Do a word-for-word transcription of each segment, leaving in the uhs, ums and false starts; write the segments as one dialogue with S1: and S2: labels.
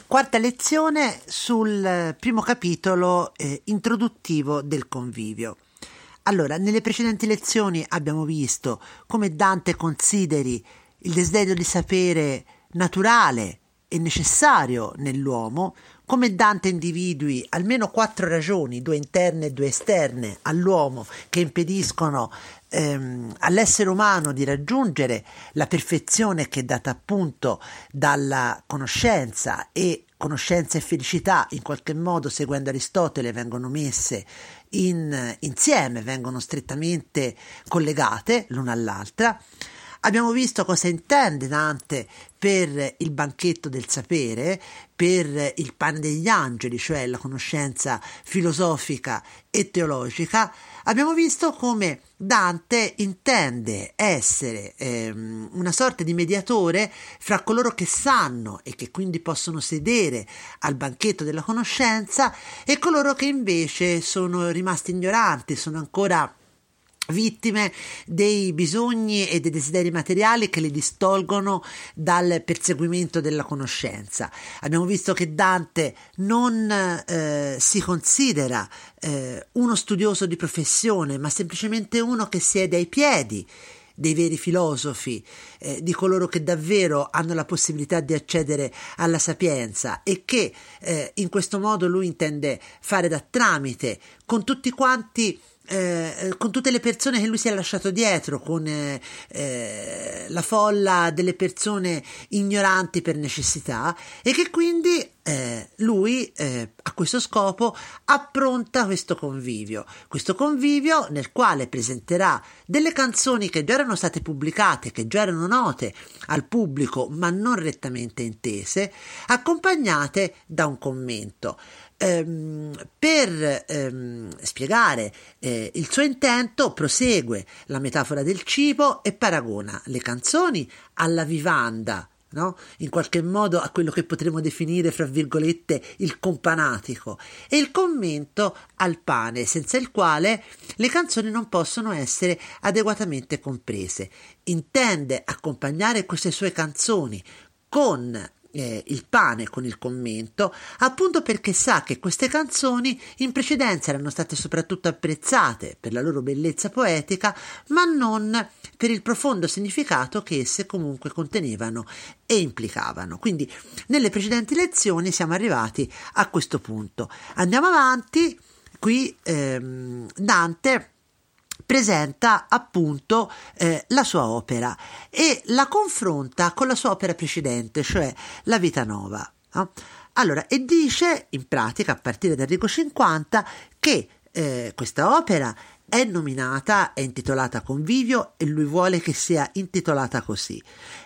S1: Quarta lezione sul primo capitolo eh, introduttivo del convivio. Allora, nelle precedenti lezioni abbiamo visto come Dante consideri il desiderio di sapere naturale e necessario nell'uomo, come Dante individui almeno quattro ragioni, due interne e due esterne, all'uomo che impediscono ehm, all'essere umano di raggiungere la perfezione che è data appunto dalla conoscenza, e conoscenza e felicità in qualche modo, seguendo Aristotele, vengono messe in, insieme, vengono strettamente collegate l'una all'altra. Abbiamo visto cosa intende Dante per il banchetto del sapere, per il pane degli angeli, cioè la conoscenza filosofica e teologica. Abbiamo visto come Dante intende essere ehm, una sorta di mediatore fra coloro che sanno e che quindi possono sedere al banchetto della conoscenza e coloro che invece sono rimasti ignoranti, sono ancora vittime dei bisogni e dei desideri materiali che li distolgono dal perseguimento della conoscenza. Abbiamo visto che Dante non eh, si considera eh, uno studioso di professione, ma semplicemente uno che siede ai piedi dei veri filosofi, eh, di coloro che davvero hanno la possibilità di accedere alla sapienza, e che eh, in questo modo lui intende fare da tramite con tutti quanti Eh, con tutte le persone che lui si è lasciato dietro, con eh, eh, la folla delle persone ignoranti per necessità, e che quindi eh, lui eh, a questo scopo appronta questo convivio, questo convivio nel quale presenterà delle canzoni che già erano state pubblicate, che già erano note al pubblico ma non rettamente intese, accompagnate da un commento. Um, per um, spiegare eh, il suo intento prosegue la metafora del cibo e paragona le canzoni alla vivanda, no? In qualche modo a quello che potremmo definire, fra virgolette, il companatico, e il commento al pane, senza il quale le canzoni non possono essere adeguatamente comprese. Intende accompagnare queste sue canzoni con Eh, il pane, con il commento, appunto perché sa che queste canzoni in precedenza erano state soprattutto apprezzate per la loro bellezza poetica, ma non per il profondo significato che esse comunque contenevano e implicavano. Quindi nelle precedenti lezioni siamo arrivati a questo punto. Andiamo avanti. Qui ehm, Dante presenta appunto eh, la sua opera e la confronta con la sua opera precedente, cioè la Vita Nova, no? Allora, e dice in pratica, a partire dal rigo cinquanta, che eh, questa opera è nominata, è intitolata Convivio, e lui vuole che sia intitolata così.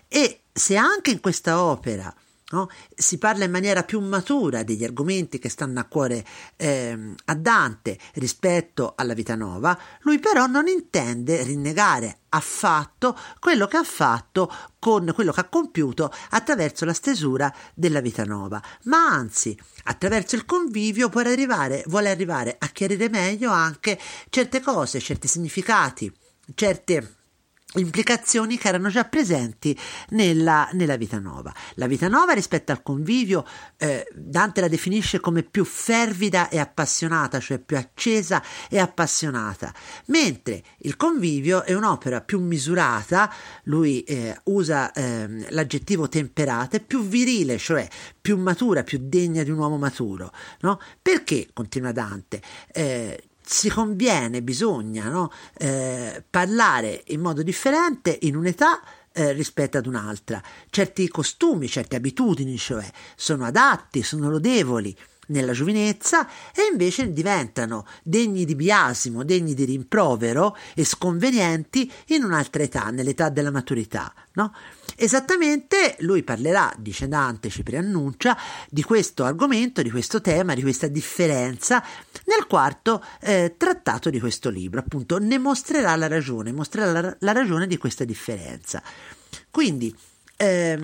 S1: E se anche in questa opera, no, si parla in maniera più matura degli argomenti che stanno a cuore eh, a Dante rispetto alla Vita Nova, lui però non intende rinnegare affatto quello che ha fatto con quello che ha compiuto attraverso la stesura della Vita Nova, ma anzi attraverso il convivio vuole arrivare, vuole arrivare a chiarire meglio anche certe cose, certi significati, certe implicazioni che erano già presenti nella, nella Vita Nova. La Vita Nova rispetto al convivio eh, Dante la definisce come più fervida e appassionata, cioè più accesa e appassionata, mentre il convivio è un'opera più misurata, lui eh, usa eh, l'aggettivo temperata, e più virile, cioè più matura, più degna di un uomo maturo, no? Perché, continua Dante, eh, si conviene, bisogna no? eh, parlare in modo differente in un'età eh, rispetto ad un'altra. Certi costumi, certe abitudini, cioè, sono adatti, sono lodevoli nella giovinezza e invece diventano degni di biasimo, degni di rimprovero e sconvenienti in un'altra età, nell'età della maturità, no? Esattamente lui parlerà, dice Dante, ci preannuncia, di questo argomento, di questo tema, di questa differenza nel quarto eh, trattato di questo libro. Appunto, ne mostrerà la ragione, mostrerà la, la ragione di questa differenza. Quindi ehm,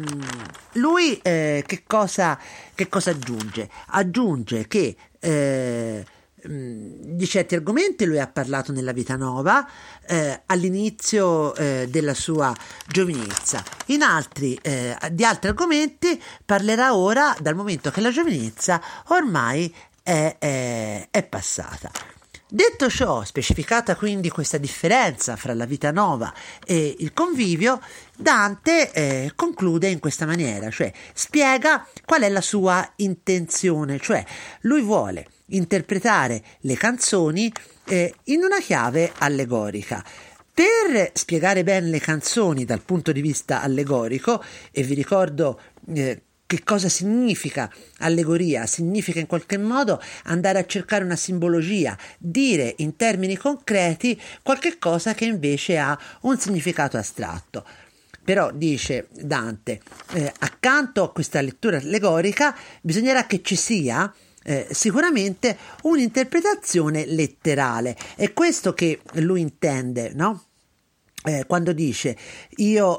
S1: lui eh, che cosa, che cosa aggiunge? Aggiunge che eh, di certi argomenti lui ha parlato nella Vita Nova, eh, all'inizio eh, della sua giovinezza. In altri, eh, di altri argomenti parlerà ora, dal momento che la giovinezza ormai è, è, è passata. Detto ciò, specificata quindi questa differenza fra la Vita Nova e il convivio, Dante eh, conclude in questa maniera, cioè spiega qual è la sua intenzione, cioè lui vuole interpretare le canzoni eh, in una chiave allegorica. Per spiegare bene le canzoni dal punto di vista allegorico, e vi ricordo eh, che cosa significa allegoria? Significa in qualche modo andare a cercare una simbologia, dire in termini concreti qualche cosa che invece ha un significato astratto. Però, dice Dante, eh, accanto a questa lettura allegorica bisognerà che ci sia eh, sicuramente un'interpretazione letterale. È questo che lui intende, no? Eh, quando dice io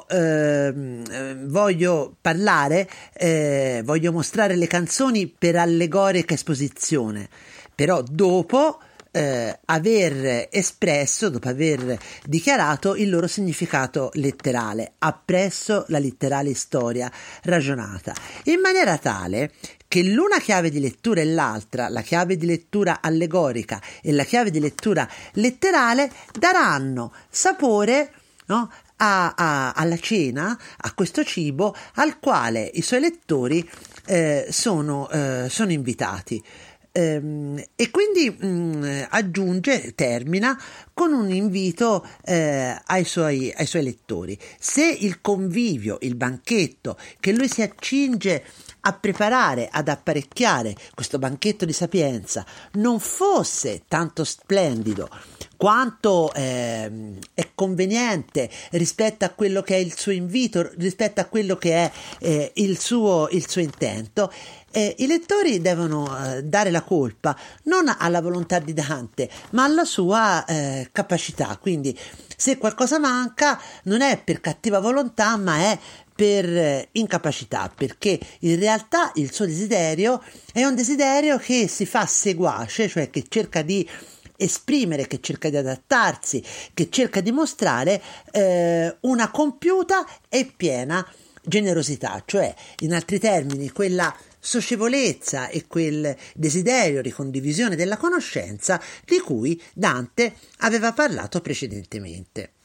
S1: eh, voglio parlare, eh, voglio mostrare le canzoni per allegorica esposizione, però dopo eh, aver espresso, dopo aver dichiarato il loro significato letterale, appresso la letterale storia ragionata, in maniera tale che l'una chiave di lettura e l'altra, la chiave di lettura allegorica e la chiave di lettura letterale, daranno sapore, no, a, a, alla cena, a questo cibo al quale i suoi lettori eh, sono, eh, sono invitati. Ehm, e quindi mh, aggiunge, termina con un invito eh, ai, suoi, ai suoi lettori. Se il convivio, il banchetto che lui si accinge a preparare, ad apparecchiare, questo banchetto di sapienza, non fosse tanto splendido quanto eh, è conveniente rispetto a quello che è il suo invito, rispetto a quello che è eh, il suo, il suo intento, eh, i lettori devono eh, dare la colpa non alla volontà di Dante, ma alla sua eh, capacità. Quindi se qualcosa manca non è per cattiva volontà, ma è per incapacità, perché in realtà il suo desiderio è un desiderio che si fa seguace, cioè che cerca di esprimere, che cerca di adattarsi, che cerca di mostrare eh, una compiuta e piena generosità, cioè in altri termini quella socievolezza e quel desiderio di condivisione della conoscenza di cui Dante aveva parlato precedentemente.